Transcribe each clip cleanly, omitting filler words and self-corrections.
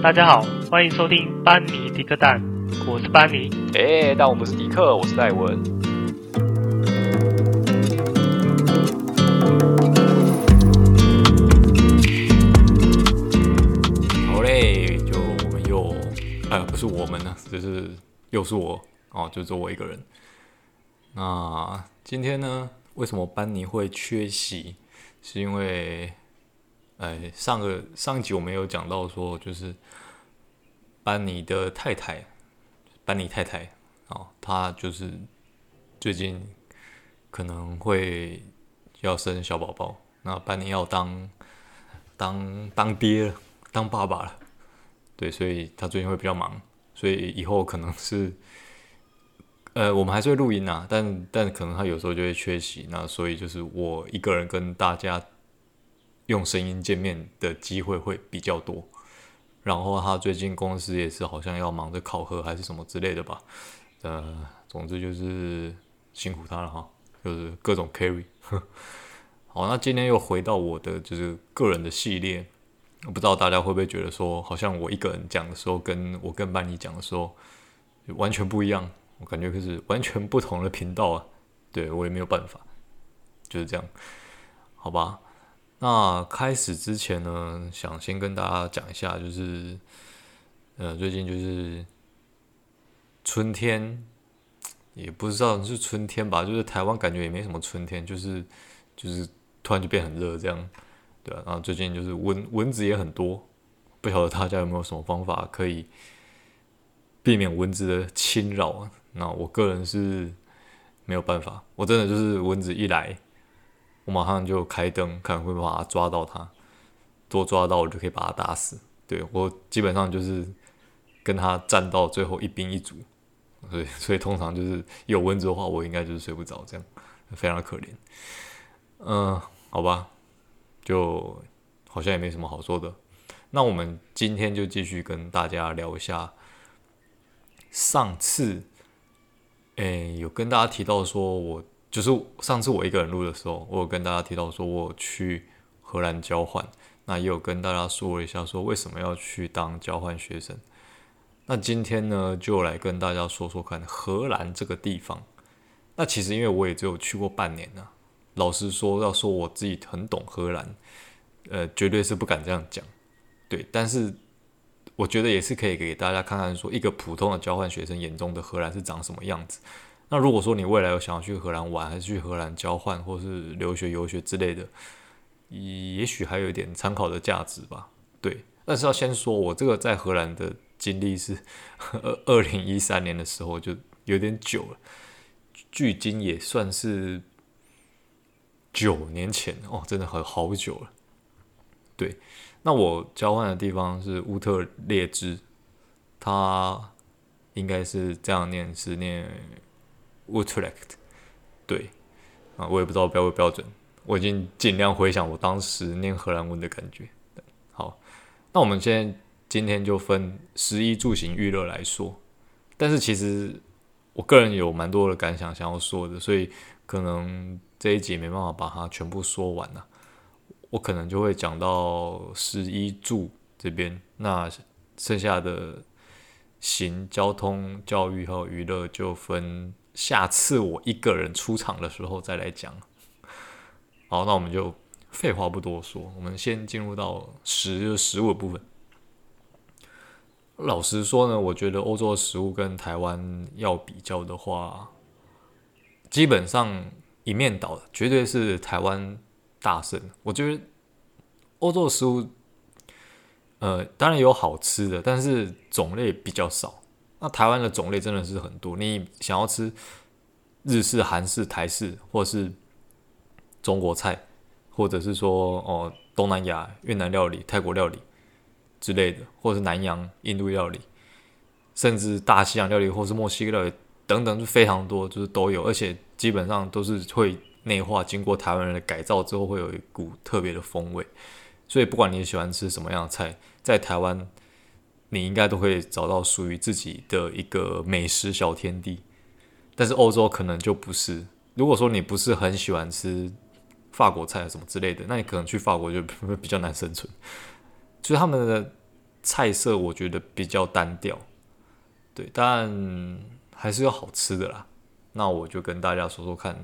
大家好，欢迎收听班尼迪克蛋，我是班尼。 但我不是迪克，我是戴文。好嘞，就我们又，不是我们呢，就是又是我哦，就只有我一个人。那今天呢，为什么班尼会缺席？是因为，上一集我们有讲到说，就是班尼的太太，班尼太太哦，她就是最近可能会要生小宝宝，那班尼要当爹了，当爸爸了，对，所以他最近会比较忙，所以以后可能是。我们还是会录音啊，但可能他有时候就会缺席，那所以就是我一个人跟大家用声音见面的机会会比较多。然后他最近公司也是好像要忙着考核还是什么之类的吧，总之就是辛苦他了哈，就是各种 carry。好，那今天又回到我的就是个人的系列，我不知道大家会不会觉得说，好像我一个人讲的时候，跟我跟班尼讲的时候完全不一样。我感觉是完全不同的频道啊，对我也没有办法，就是这样，好吧。那开始之前呢，想先跟大家讲一下，就是最近就是春天，也不知道是春天吧，就是台湾感觉也没什么春天，就是突然就变很热这样，对啊。然后最近就是蚊子也很多，不晓得大家有没有什么方法可以避免蚊子的侵扰啊？那我个人是没有办法，我真的就是蚊子一来，我马上就开灯，看会不会把它抓到它，多抓到我就可以把它打死。对，我基本上就是跟它战到最后一兵一卒，所以通常就是有蚊子的话，我应该就是睡不着，这样非常的可怜。好吧，就好像也没什么好说的。那我们今天就继续跟大家聊一下上次。有跟大家提到说我就是上次我一个人录的时候，我有跟大家提到说我有去荷兰交换，那也有跟大家说了一下说为什么要去当交换学生。那今天呢，就来跟大家说说看荷兰这个地方。那其实因为我也只有去过半年啊，老实说，要说我自己很懂荷兰，绝对是不敢这样讲，对，但是我觉得也是可以给大家看看说一个普通的交换学生眼中的荷兰是长什么样子。那如果说你未来有想要去荷兰玩，还是去荷兰交换，或是留学游学之类的，也许还有一点参考的价值吧。对，但是要先说我这个在荷兰的经历是2013年的时候，就有点久了，距今也算是9年前哦，真的好久了。对，那我交换的地方是乌特列支，它应该是这样念，是念 Utrecht。对啊，我也不知道标不标准，我已经尽量回想我当时念荷兰文的感觉。好，那我们今天就分食衣住行娱乐来说，但是其实我个人有蛮多的感想想要说的，所以可能这一集没办法把它全部说完啊。我可能就会讲到食衣住这边，那剩下的行、交通、教育和娱乐就分下次我一个人出场的时候再来讲。好，那我们就废话不多说，我们先进入到食物的部分。老实说呢，我觉得欧洲的食物跟台湾要比较的话，基本上一面倒，绝对是台湾大胜。我觉得欧洲的食物，当然有好吃的，但是种类比较少。那台湾的种类真的是很多，你想要吃日式、韩式、台式，或是中国菜，或者是说东南亚、越南料理、泰国料理之类的，或者是南洋、印度料理，甚至大西洋料理或是墨西哥料理等等，就非常多，就是都有，而且基本上都是会内化，经过台湾人的改造之后，会有一股特别的风味。所以不管你喜欢吃什么样的菜，在台湾你应该都会找到属于自己的一个美食小天地。但是欧洲可能就不是，如果说你不是很喜欢吃法国菜什么之类的，那你可能去法国就比较难生存。所以他们的菜色我觉得比较单调，对，但还是有好吃的啦。那我就跟大家说说看，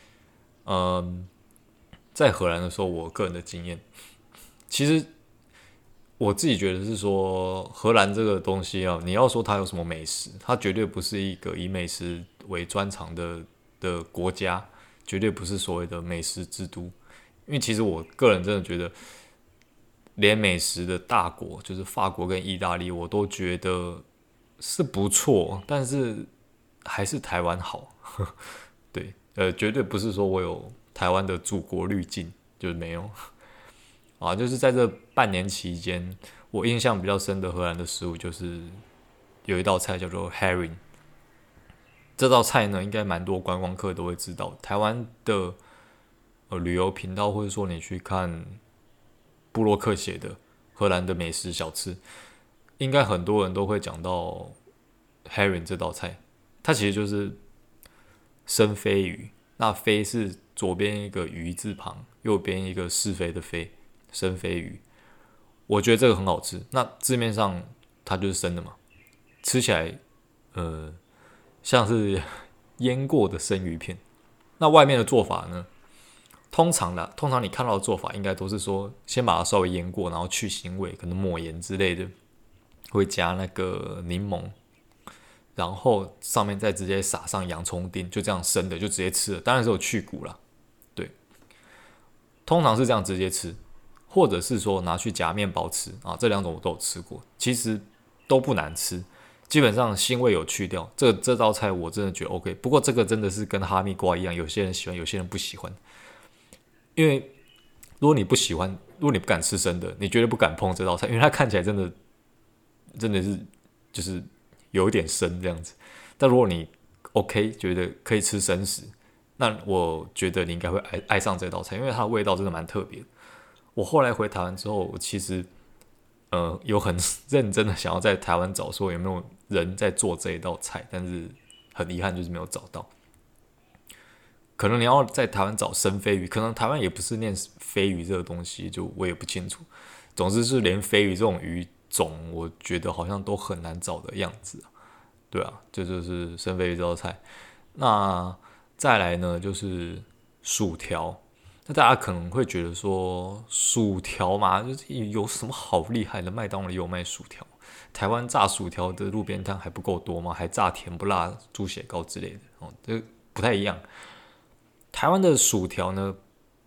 在荷兰的时候，我个人的经验，其实我自己觉得是说，荷兰这个东西啊，你要说它有什么美食，它绝对不是一个以美食为专长的国家，绝对不是所谓的美食之都。因为其实我个人真的觉得，连美食的大国，就是法国跟意大利，我都觉得是不错，但是还是台湾好。对，绝对不是说我有台湾的祖国滤镜，就是没有。啊，就是在这半年期间，我印象比较深的荷兰的食物就是有一道菜叫做 herring。这道菜呢，应该蛮多观光客都会知道。台湾的旅游频道，或者说你去看部落客写的荷兰的美食小吃，应该很多人都会讲到 herring 这道菜。它其实就是生飞鱼，那飞是左边一个鱼字旁，右边一个是非的非。生飞鱼，我觉得这个很好吃。那字面上它就是生的嘛，吃起来像是腌过的生鱼片。那外面的做法呢？通常你看到的做法应该都是说，先把它稍微腌过，然后去腥味，可能抹盐之类的，会加那个柠檬，然后上面再直接撒上洋葱丁，就这样生的就直接吃了。当然是有去骨啦，对，通常是这样直接吃。或者是说拿去夹面包吃啊，这两种我都有吃过，其实都不难吃，基本上腥味有去掉。这道菜我真的觉得 OK， 不过这个真的是跟哈密瓜一样，有些人喜欢，有些人不喜欢。因为如果你不喜欢，如果你不敢吃生的，你绝对不敢碰这道菜，因为它看起来真的是就是有一点生这样子。但如果你 OK 觉得可以吃生食，那我觉得你应该会爱上这道菜，因为它的味道真的蛮特别的。我后来回台湾之后，我其实有很认真的想要在台湾找说有没有人在做这一道菜，但是很遗憾就是没有找到。可能你要在台湾找生飞鱼，可能台湾也不是念飞鱼这个东西，就我也不清楚。总之是连飞鱼这种鱼种，我觉得好像都很难找的样子。对啊，这就是生飞鱼这道菜。那再来呢，就是薯条。那大家可能会觉得说，薯条嘛，就是有什么好厉害的？麦当劳也有卖薯条，台湾炸薯条的路边摊还不够多吗？还炸甜不辣、猪血糕之类的哦，这不太一样。台湾的薯条呢，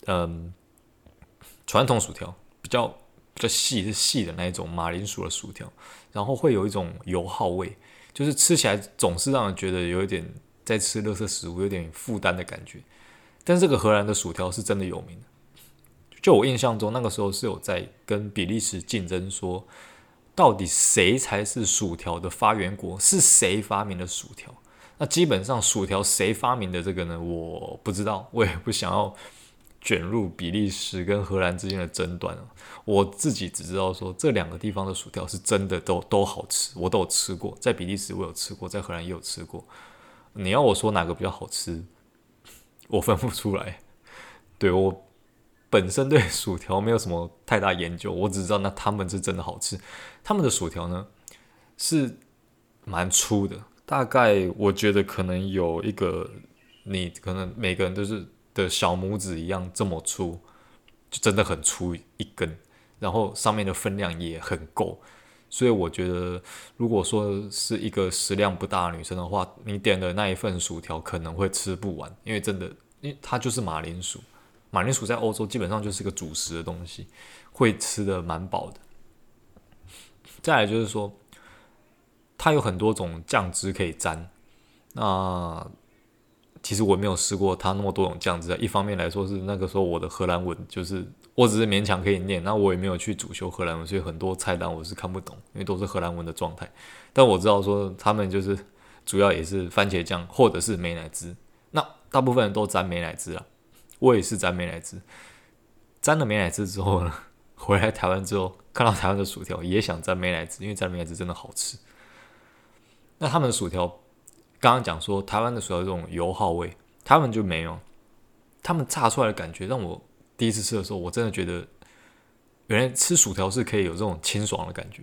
传统薯条比较细，是细的那一种马铃薯的薯条，然后会有一种油耗味，就是吃起来总是让人觉得有一点在吃垃圾食物，有点负担的感觉。但这个荷兰的薯条是真的有名的，就我印象中，那个时候是有在跟比利时竞争说，到底谁才是薯条的发源国？是谁发明的薯条？那基本上薯条谁发明的这个呢？我不知道，我也不想要卷入比利时跟荷兰之间的争端。我自己只知道说，这两个地方的薯条是真的都好吃，我都有吃过，在比利时我有吃过，在荷兰也有吃过。你要我说哪个比较好吃？我分不出来，对，我本身对薯条没有什么太大研究，我只知道那他们是真的好吃。他们的薯条呢是蛮粗的，大概我觉得可能有一个你可能每个人都是的小拇指一样这么粗，就真的很粗一根，然后上面的分量也很够。所以我觉得，如果说是一个食量不大的女生的话，你点的那一份薯条可能会吃不完，因为真的，因为它就是马铃薯，马铃薯在欧洲基本上就是个主食的东西，会吃的蛮饱的。再来就是说，它有很多种酱汁可以沾，那其实我没有试过它那么多种酱汁。一方面来说是那个时候我的荷兰文就是我只是勉强可以念，那我也没有去主修荷兰文，所以很多菜单我是看不懂，因为都是荷兰文的状态。但我知道说他们就是主要也是番茄酱或者是美乃滋，那大部分人都沾美乃滋啦，我也是沾美乃滋。沾了美乃滋之后呢，回来台湾之后看到台湾的薯条也想沾美乃滋，因为沾美乃滋真的好吃。那他们的薯条刚刚讲说台湾的薯条有这种油耗味，他们就没有，他们炸出来的感觉让我第一次吃的时候，我真的觉得原来吃薯条是可以有这种清爽的感觉。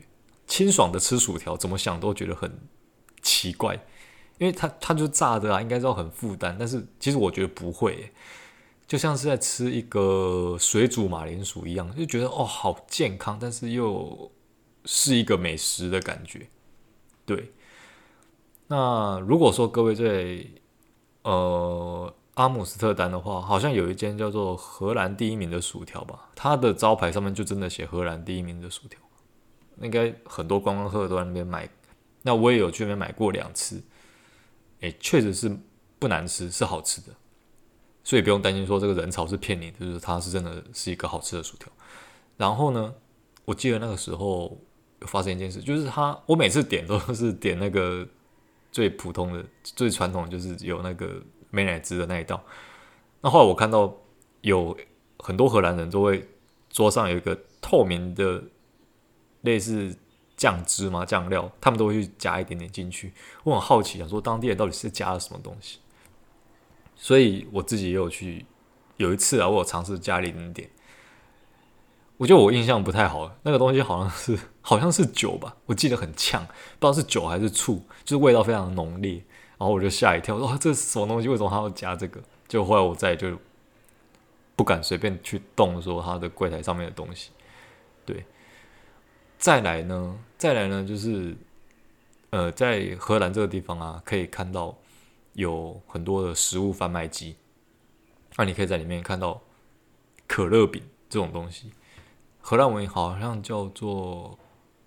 清爽的吃薯条，怎么想都觉得很奇怪，因为它就炸的啊，应该是要很负担，但是其实我觉得不会耶，就像是在吃一个水煮马铃薯一样，就觉得哦好健康，但是又是一个美食的感觉。对，那如果说各位在阿姆斯特丹的话，好像有一间叫做荷兰第一名的薯条吧，它的招牌上面就真的写荷兰第一名的薯条，应该很多观光客都在那边买。那我也有去那边买过2次，确实是不难吃，是好吃的，所以不用担心说这个人潮是骗你的，就是它是真的是一个好吃的薯条。然后呢，我记得那个时候有发生一件事，就是我每次点都是点那个最普通的、最传统的，就是有那个美乃滋的那一道。那后来我看到有很多荷兰人都会桌上有一个透明的类似酱汁嘛、酱料，他们都会去加一点点进去。我很好奇，想说当地人到底是加了什么东西。所以我自己也有一次啊，我有尝试加了一点点。我觉得我印象不太好，那个东西好像是酒吧，我记得很呛，不知道是酒还是醋，就是味道非常浓烈。然后我就吓一跳，说这是什么东西？为什么他要加这个？结果后来我再也就不敢随便去动说他的柜台上面的东西。对，再来呢，就是在荷兰这个地方啊，可以看到有很多的食物贩卖机，那你可以在里面看到可乐饼这种东西。荷兰文好像叫做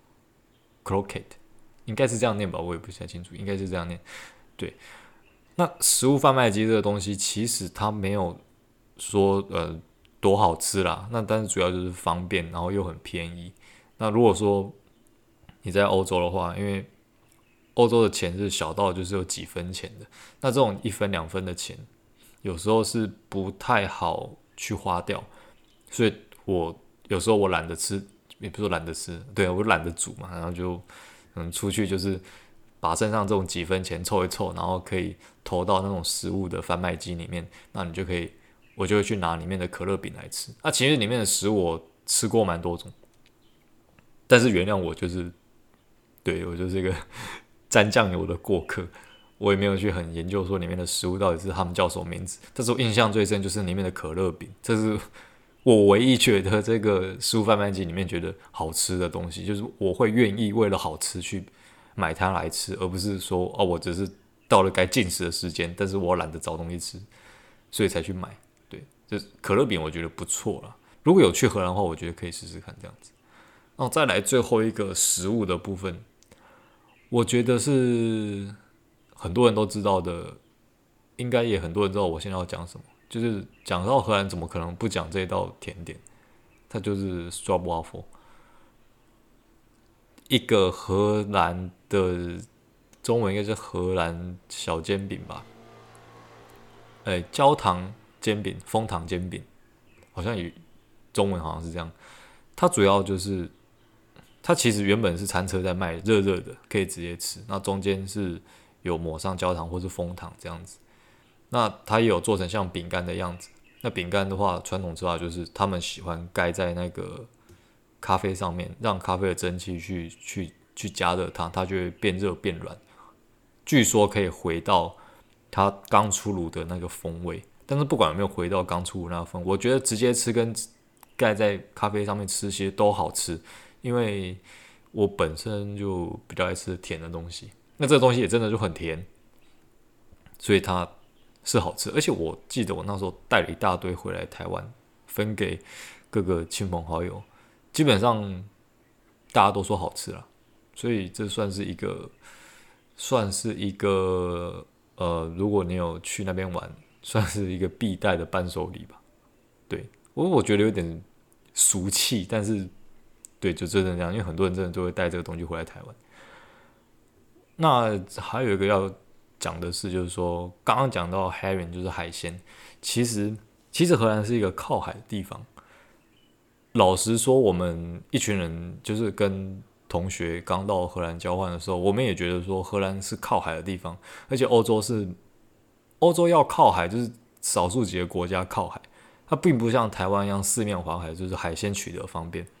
croquette， 应该是这样念吧，我也不太清楚，应该是这样念。对，那食物贩卖机这个东西，其实它没有说多好吃啦，那但是主要就是方便，然后又很便宜。那如果说你在欧洲的话，因为欧洲的钱是小到就是有几分钱的，那这种1分2分的钱，有时候是不太好去花掉，所以有时候我懒得吃，也不是说懒得吃，对啊，我懒得煮嘛，然后就出去就是把身上这种几分钱凑一凑，然后可以投到那种食物的贩卖机里面，那我就会去拿里面的可乐饼来吃。那其实里面的食物我吃过蛮多种，但是原谅我我就是一个沾酱油的过客，我也没有去很研究说里面的食物到底是他们叫什么名字。但是我印象最深就是里面的可乐饼，这是我唯一觉得这个食物贩卖机里面觉得好吃的东西，就是我会愿意为了好吃去买它来吃，而不是说我只是到了该进食的时间，但是我懒得找东西吃，所以才去买。对，就是可乐饼我觉得不错啦，如果有去荷兰的话，我觉得可以试试看这样子。然后再来最后一个食物的部分，我觉得是很多人都知道的，应该也很多人知道我现在要讲什么。就是讲到荷兰，怎么可能不讲这一道甜点？它就是 Stroopwafel， 一个荷兰的中文应该是荷兰小煎饼吧？焦糖煎饼、枫糖煎饼，好像中文好像是这样。它主要就是它其实原本是餐车在卖热热的，可以直接吃。那中间是有抹上焦糖或是枫糖这样子。那它也有做成像饼干的样子。那饼干的话，传统吃法就是他们喜欢盖在那个咖啡上面，让咖啡的蒸汽去加热它，它就会变热变软。据说可以回到它刚出炉的那个风味。但是不管有没有回到刚出炉那个风味，我觉得直接吃跟盖在咖啡上面吃其实都好吃，因为我本身就比较爱吃甜的东西。那这个东西也真的就很甜，所以它是好吃，而且我记得我那时候带了一大堆回来台湾，分给各个亲朋好友，基本上大家都说好吃啦，所以这算是一个如果你有去那边玩，算是一个必带的伴手礼吧。对，我觉得有点俗气，但是对，就真的这样，因为很多人真的就会带这个东西回来台湾。那还有一个要讲的是，就是说刚刚讲到 herring 就是海鲜，其实荷兰是一个靠海的地方。老实说，我们一群人就是跟同学刚到荷兰交换的时候，我们也觉得说荷兰是靠海的地方，而且欧洲要靠海，就是少数几个国家靠海，它并不像台湾一样四面环海，就是海鲜取得方便。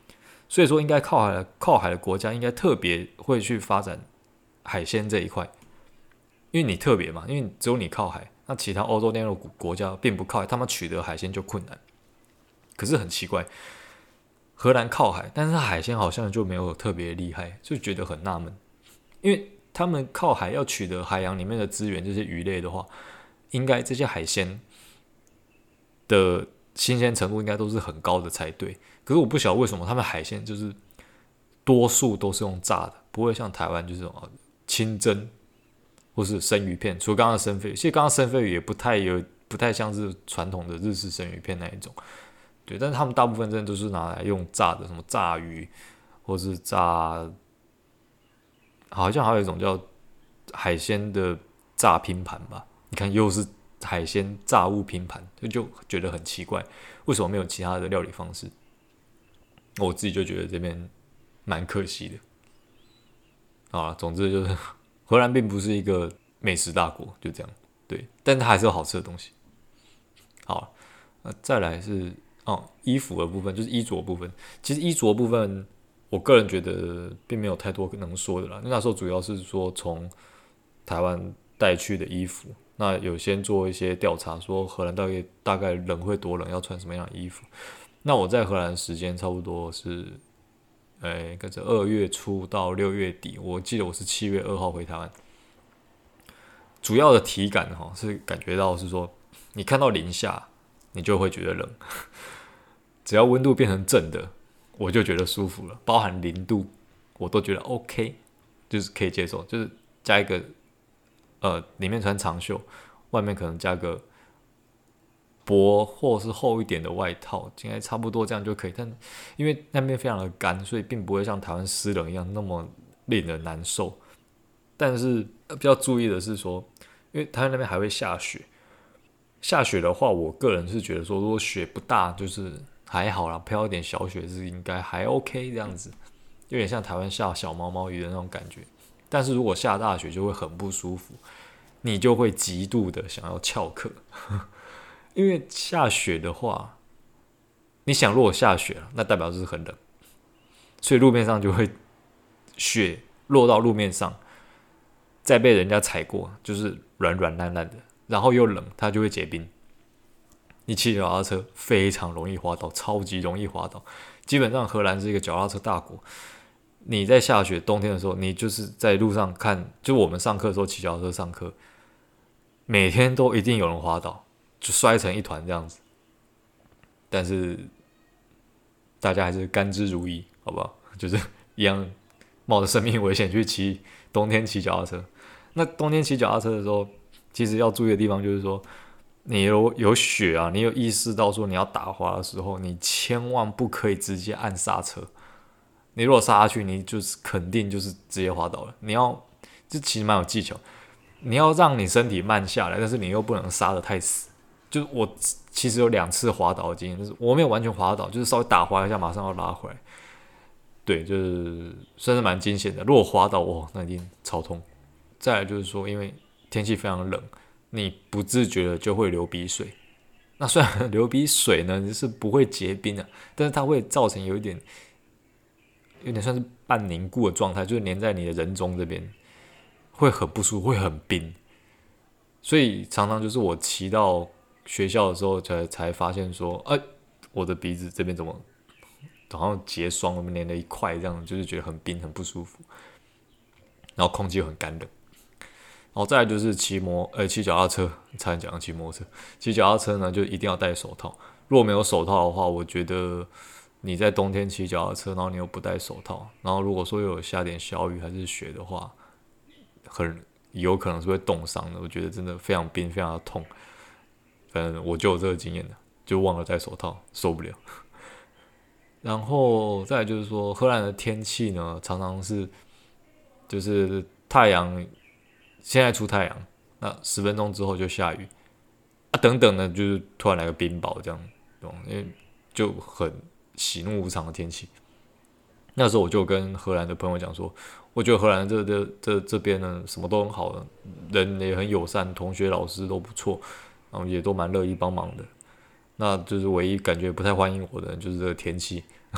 所以说应该靠海的国家应该特别会去发展海鲜这一块，因为你特别嘛，因为只有你靠海，那其他欧洲那种国家并不靠海，他们取得海鲜就困难。可是很奇怪，荷兰靠海，但是海鲜好像就没有特别厉害，就觉得很纳闷。因为他们靠海要取得海洋里面的资源，这些鱼类的话，应该这些海鲜的新鲜程度应该都是很高的才对。可是我不晓得为什么他们海鲜就是多数都是用炸的，不会像台湾就是清蒸或是生鱼片。除了刚刚的生鲱鱼，其实刚刚生鲱鱼也不太像是传统的日式生鱼片那一种，对。但是他们大部分真的都是拿来用炸的，什么炸鱼或是炸，好像还有一种叫海鲜的炸拼盘吧。你看又是海鲜炸物拼盘，就觉得很奇怪，为什么没有其他的料理方式？我自己就觉得这边蛮可惜的。啊，总之就是荷兰并不是一个美食大国，就这样。对，但它还是有好吃的东西。好，再来是衣服的部分，就是衣着的部分。其实衣着的部分，我个人觉得并没有太多能说的啦。那时候主要是说从台湾带去的衣服，那有先做一些调查，说荷兰大概冷会多冷，要穿什么样的衣服。那我在荷兰时间差不多是，跟着2月初到6月底，我记得我是7月2号回台湾。主要的体感是感觉到是说，你看到零下，你就会觉得冷，只要温度变成正的，我就觉得舒服了，包含0度，我都觉得 OK， 就是可以接受，就是加一个里面穿长袖，外面可能加个薄或是厚一点的外套，应该差不多这样就可以。但因为那边非常的干，所以并不会像台湾湿冷一样那么令人难受。但是比较注意的是说，因为台湾那边还会下雪，下雪的话，我个人是觉得说，如果雪不大，就是还好啦，飘一点小雪是应该还 OK 这样子，有点像台湾下小毛毛雨的那种感觉。但是如果下大雪就会很不舒服，你就会极度的想要翘课。因为下雪的话，你想如果下雪了，那代表就是很冷，所以路面上就会雪落到路面上，再被人家踩过，就是软软烂烂的，然后又冷，它就会结冰。你骑脚踏车非常容易滑倒，超级容易滑倒。基本上荷兰是一个脚踏车大国，你在下雪冬天的时候，你就是在路上看，就我们上课的时候骑脚踏车上课，每天都一定有人滑倒，就摔成一团这样子。但是大家还是甘之如饴，好不好？就是一样冒着生命危险去冬天骑脚踏车。那冬天骑脚踏车的时候，其实要注意的地方就是说，你有雪啊，你有意识到说你要打滑的时候，你千万不可以直接按刹车。你如果刹下去，你就是肯定就是直接滑倒了。这其实蛮有技巧，你要让你身体慢下来，但是你又不能刹得太死。就是我其实有2次滑倒的经验，就是我没有完全滑倒，就是稍微打滑一下，马上要拉回来。对，就是算是蛮惊险的。如果滑倒，那一定超痛。再来就是说，因为天气非常冷，你不自觉的就会流鼻水。那虽然流鼻水呢是不会结冰的，但是它会造成有点算是半凝固的状态，就是粘在你的人中这边，会很不舒服，会很冰。所以常常就是我骑到学校的时候才发现说，我的鼻子这边怎么好像结霜，粘了一块，这样就是觉得很冰，很不舒服。然后空气又很干冷。然后再来就是骑脚踏车，差点讲到骑摩托车。骑脚踏车呢，就一定要戴手套。如果没有手套的话，我觉得你在冬天骑脚踏车，然后你又不戴手套，然后如果说有下点小雨还是雪的话，很有可能是会冻伤的。我觉得真的非常冰，非常的痛。反正我就有这个经验的，就忘了戴手套，受不了。然后再来就是说，荷兰的天气呢，常常是就是太阳现在出太阳，那10分钟之后就下雨等等的，就是突然来个冰雹这样，因为就很喜怒无常的天气。那时候我就跟荷兰的朋友讲说，我觉得荷兰这边呢，什么都很好的，人也很友善，同学老师都不错，然后也都蛮乐意帮忙的。那就是唯一感觉不太欢迎我的人就是这个天气。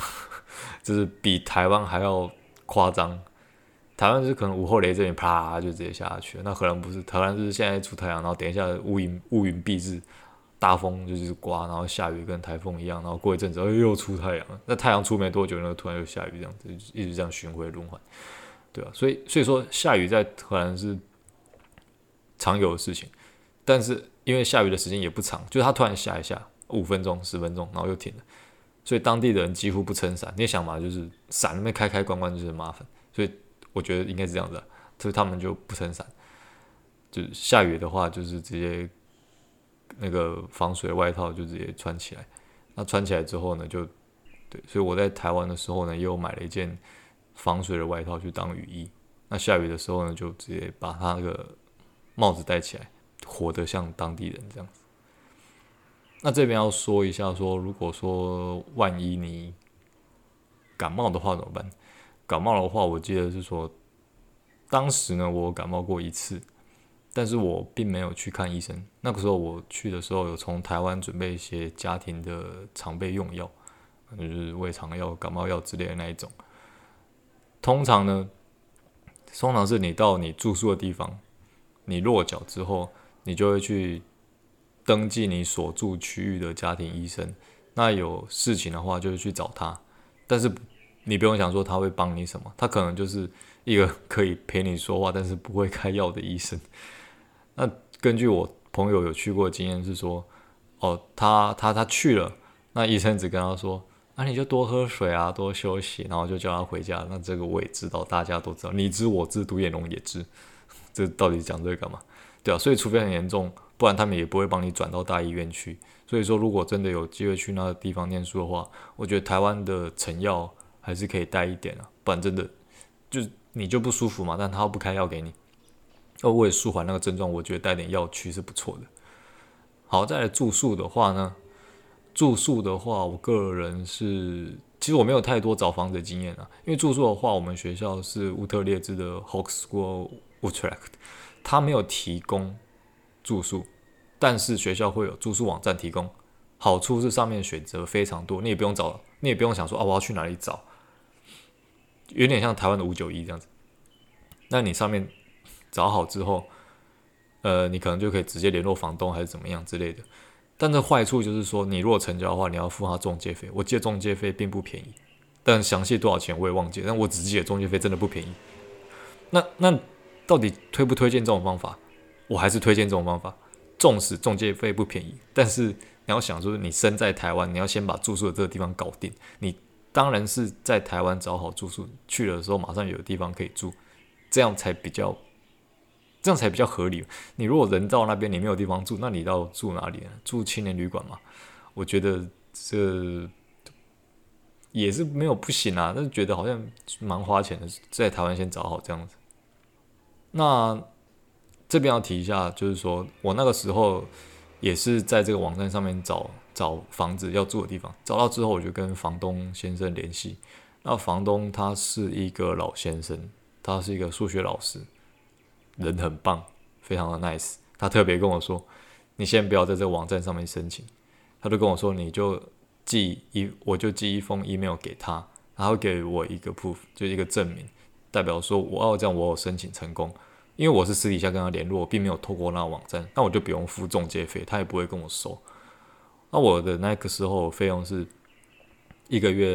就是比台湾还要夸张。台湾就是可能午后雷阵雨啪就直接下去了，那荷兰不是，荷兰就是现在出太阳，然后等一下乌云蔽日，大风就是刮，然后下雨跟台风一样，然后过一阵子又出太阳了，那太阳出没多久呢，突然又下雨，这样子一直这样循环轮换，对啊，所以说下雨在荷兰是常有的事情，但是因为下雨的时间也不长，就是它突然下一下5分钟10分钟，然后又停了，所以当地的人几乎不撑伞。你也想嘛，就是伞那边开关就是很麻烦，所以我觉得应该是这样子啊，所以他们就不撑伞，就是下雨的话就是直接那个防水的外套就直接穿起来。那穿起来之后呢，就对，所以我在台湾的时候呢，也有买了一件防水的外套去当雨衣。那下雨的时候呢，就直接把它那个帽子戴起来，活得像当地人这样子。那这边要说一下说，如果说万一你感冒的话怎么办？感冒的话，我记得是说，当时呢我感冒过一次，但是我并没有去看医生。那个时候我去的时候，有从台湾准备一些家庭的常备用药，就是胃肠药、感冒药之类的那一种。通常是你到你住宿的地方，你落脚之后，你就会去登记你所住区域的家庭医生。那有事情的话，就会去找他。但是你不用想说他会帮你什么，他可能就是一个可以陪你说话，但是不会开药的医生。那根据我朋友有去过的经验是说，他去了，那医生只跟他说，你就多喝水啊，多休息，然后就叫他回家。那这个我也知道，大家都知道，你知我知，独眼龙也知，这到底讲这个干嘛？对啊，所以除非很严重，不然他们也不会帮你转到大医院去。所以说，如果真的有机会去那个地方念书的话，我觉得台湾的成药还是可以带一点啊，不然真的就是你就不舒服嘛，但他又不开药给你，为了舒缓那个症状，我觉得带点药去是不错的。好，再来住宿的话呢，我个人是，其实我没有太多找房子的经验啊，因为住宿的话，我们学校是乌特列支的 Hogeschool Utrecht， 它没有提供住宿，但是学校会有住宿网站提供。好处是上面选择非常多，你也不用找，你也不用想说我要去哪里找，有点像台湾的591这样子。那你上面找好之后，你可能就可以直接联络房东还是怎么样之类的。但这坏处就是说，你如果成交的话，你要付他中介费。我记得中介费并不便宜，但详细多少钱我也忘记了，但我只记得中介费真的不便宜。那到底推不推荐这种方法？我还是推荐这种方法。纵使中介费不便宜，但是你要想说，你身在台湾，你要先把住宿的这个地方搞定。你当然是在台湾找好住宿，去的时候马上有地方可以住，这样才比较合理。你如果人到那边你没有地方住，那你要住哪里呢？住青年旅馆嘛？我觉得这也是没有不行啊，但是觉得好像蛮花钱的，在台湾先找好这样子。那这边要提一下，就是说我那个时候也是在这个网站上面找房子要住的地方，找到之后我就跟房东先生联系。那房东他是一个老先生，他是一个数学老师，人很棒，非常的 nice。他特别跟我说，你先不要在这个网站上面申请，他就跟我说，我就寄一封 email 给他，他会给我一个 proof， 就一个证明，代表说这样我有申请成功。因为我是私底下跟他联络，我并没有透过那个网站，那我就不用付中介费，他也不会跟我收。那我的那个时候费用是一个月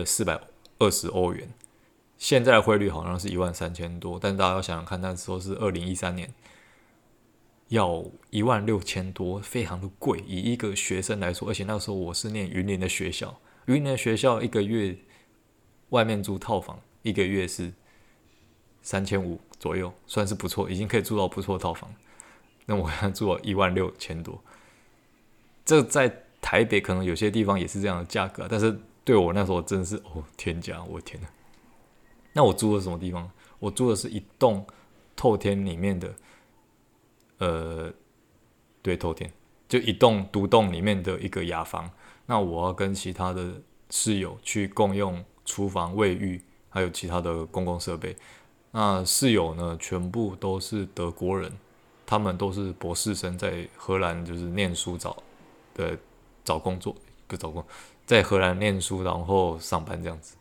420欧元，现在的汇率好像是13000多，但大家要想想看，那时候是2013年，要16000多，非常的贵。以一个学生来说，而且那时候我是念云林的学校，云林的学校一个月外面租套房，一个月是3500左右，算是不错，已经可以住到不错的套房。那我现在住了16000多，这在台北可能有些地方也是这样的价格，但是对我那时候真的是天价，我天哪！那我住的什么地方？我住的是一栋透天里面的，对，透天，就一栋独栋里面的一个雅房。那我要跟其他的室友去共用厨房、卫浴，还有其他的公共设备。那室友呢，全部都是德国人，他们都是博士生，在荷兰就是念书找工作，不是找工作，在荷兰念书然后上班这样子。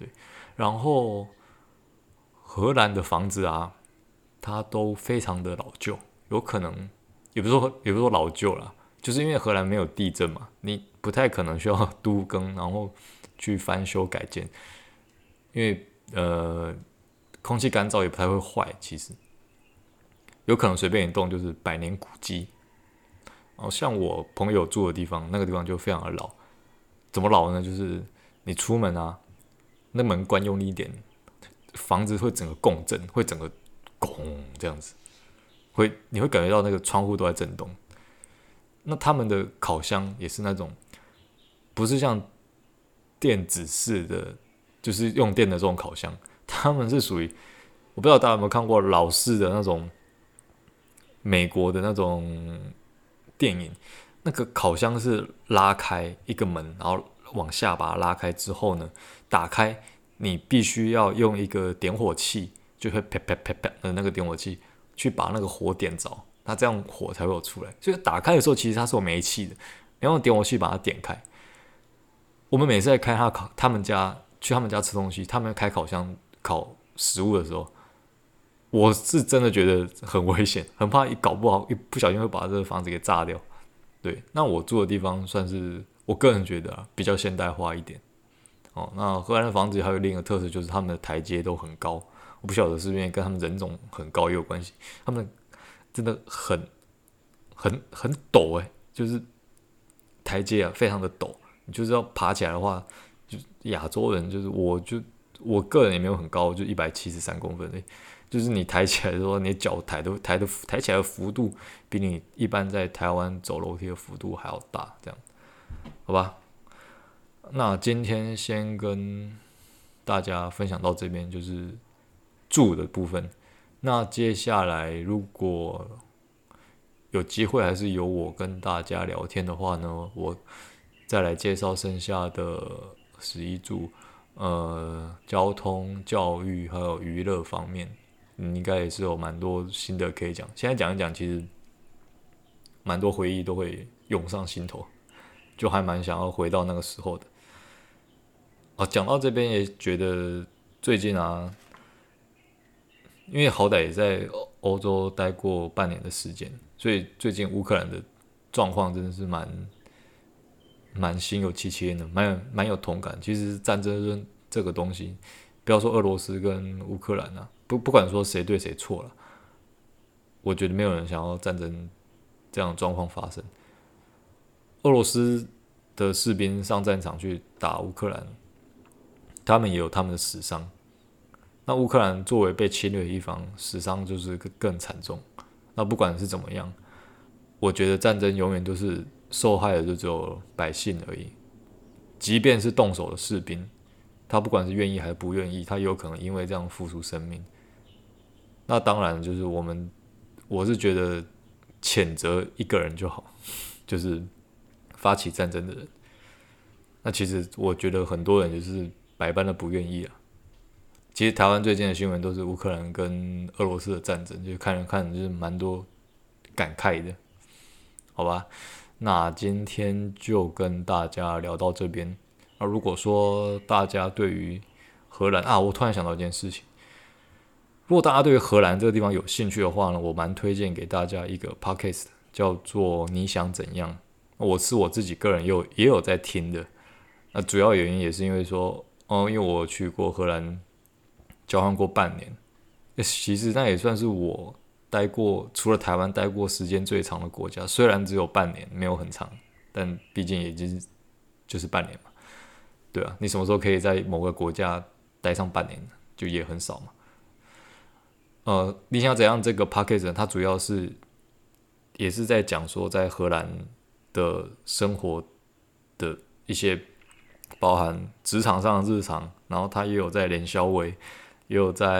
对，然后荷兰的房子啊，它都非常的老旧，有可能也不是说老旧啦，就是因为荷兰没有地震嘛，你不太可能需要都更，然后去翻修改建，因为空气干燥也不太会坏，其实有可能随便一动就是百年古迹。然后像我朋友住的地方，那个地方就非常的老，怎么老呢？就是你出门啊，那门关用力一点，房子会整个共振，会整个拱这样子，你会感觉到那个窗户都在震动。那他们的烤箱也是那种，不是像电子式的，就是用电的这种烤箱，他们是属于，我不知道大家有没有看过老式的那种美国的那种电影，那个烤箱是拉开一个门，然后往下把它拉开之后呢，打开，你必须要用一个点火器，就会啪啪啪啪的那个点火器去把那个火点着，它这样火才会有出来。所以打开的时候，其实它是有煤气的，你要用点火器把它点开。我们每次在开他们家去他们家吃东西，他们开烤箱烤食物的时候，我是真的觉得很危险，很怕一搞不好一不小心会把这个房子给炸掉。对，那我住的地方算是我个人觉得比较现代化一点。那荷兰的房子还有另一个特色就是他们的台阶都很高，我不晓得是不是跟他们人种很高也有关系，他们真的很陡就是台阶啊非常的陡，你就是要爬起来的话，就亚洲人就是我个人也没有很高，就173公分而已。就是你抬起来的时候，你脚抬起来的幅度，比你一般在台湾走楼梯的幅度还要大，这样，好吧？那今天先跟大家分享到这边，就是住的部分。那接下来如果有机会，还是由我跟大家聊天的话呢，我再来介绍剩下的11柱，交通、教育还有娱乐方面。应该也是有蛮多心得可以讲。现在讲一讲，其实蛮多回忆都会涌上心头，就还蛮想要回到那个时候的。讲到这边也觉得最近啊，因为好歹也在欧洲待过半年的时间，所以最近乌克兰的状况真的是蛮心有戚戚焉的，蛮有同感。其实战争这个东西，不要说俄罗斯跟乌克兰啊。不管说谁对谁错了，我觉得没有人想要战争这样的状况发生。俄罗斯的士兵上战场去打乌克兰，他们也有他们的死伤。那乌克兰作为被侵略的一方，死伤就是更惨重。那不管是怎么样，我觉得战争永远都是受害的就只有百姓而已。即便是动手的士兵，他不管是愿意还是不愿意，他有可能因为这样付出生命。那当然就是我是觉得谴责一个人就好，就是发起战争的人。那其实我觉得很多人就是百般的不愿意啊。其实台湾最近的新闻都是乌克兰跟俄罗斯的战争，就看就是蛮多感慨的，好吧？那今天就跟大家聊到这边。如果说大家对于荷兰我突然想到一件事情。如果大家对荷兰这个地方有兴趣的话呢，我蛮推荐给大家一个 podcast， 叫做你想怎样。我自己个人也有在听的。那主要原因也是因为说，因为我去过荷兰交换过半年，其实那也算是我待过除了台湾待过时间最长的国家。虽然只有半年，没有很长，但毕竟也就是半年嘛。对啊，你什么时候可以在某个国家待上半年呢？就也很少嘛。你想怎样？这个 podcast 它主要也是在讲说在荷兰的生活的一些包含职场上的日常，然后它也有在连消委，也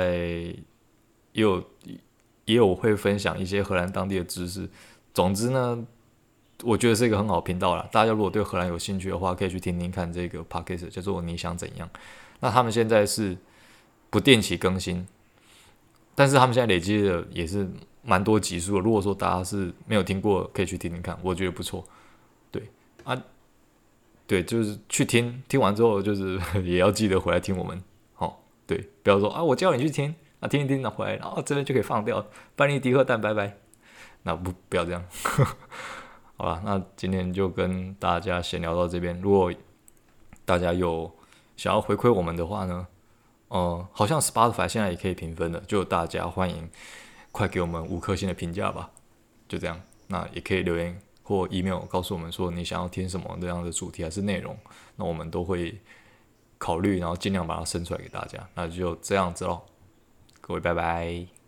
有会分享一些荷兰当地的知识。总之呢，我觉得是一个很好的频道啦。大家如果对荷兰有兴趣的话，可以去听听看这个 podcast， 叫做你想怎样。那他们现在是不定期更新。但是他们现在累积的也是蛮多集数的。如果说大家是没有听过，可以去听听看，我觉得不错。对，就是去听完之后，就是也要记得回来听我们。 对，不要说啊，我叫你去听啊，听一听，回来，然后这边就可以放掉，班尼迪克蛋，拜拜。那不要这样。好了，那今天就跟大家闲聊到这边。如果大家有想要回馈我们的话呢，好像 Spotify 现在也可以评分了，就大家欢迎快给我们5颗星的评价吧。就这样，那也可以留言或 email 告诉我们说你想要听什么这样的主题还是内容，那我们都会考虑，然后尽量把它生出来给大家。那就这样子咯，各位拜拜。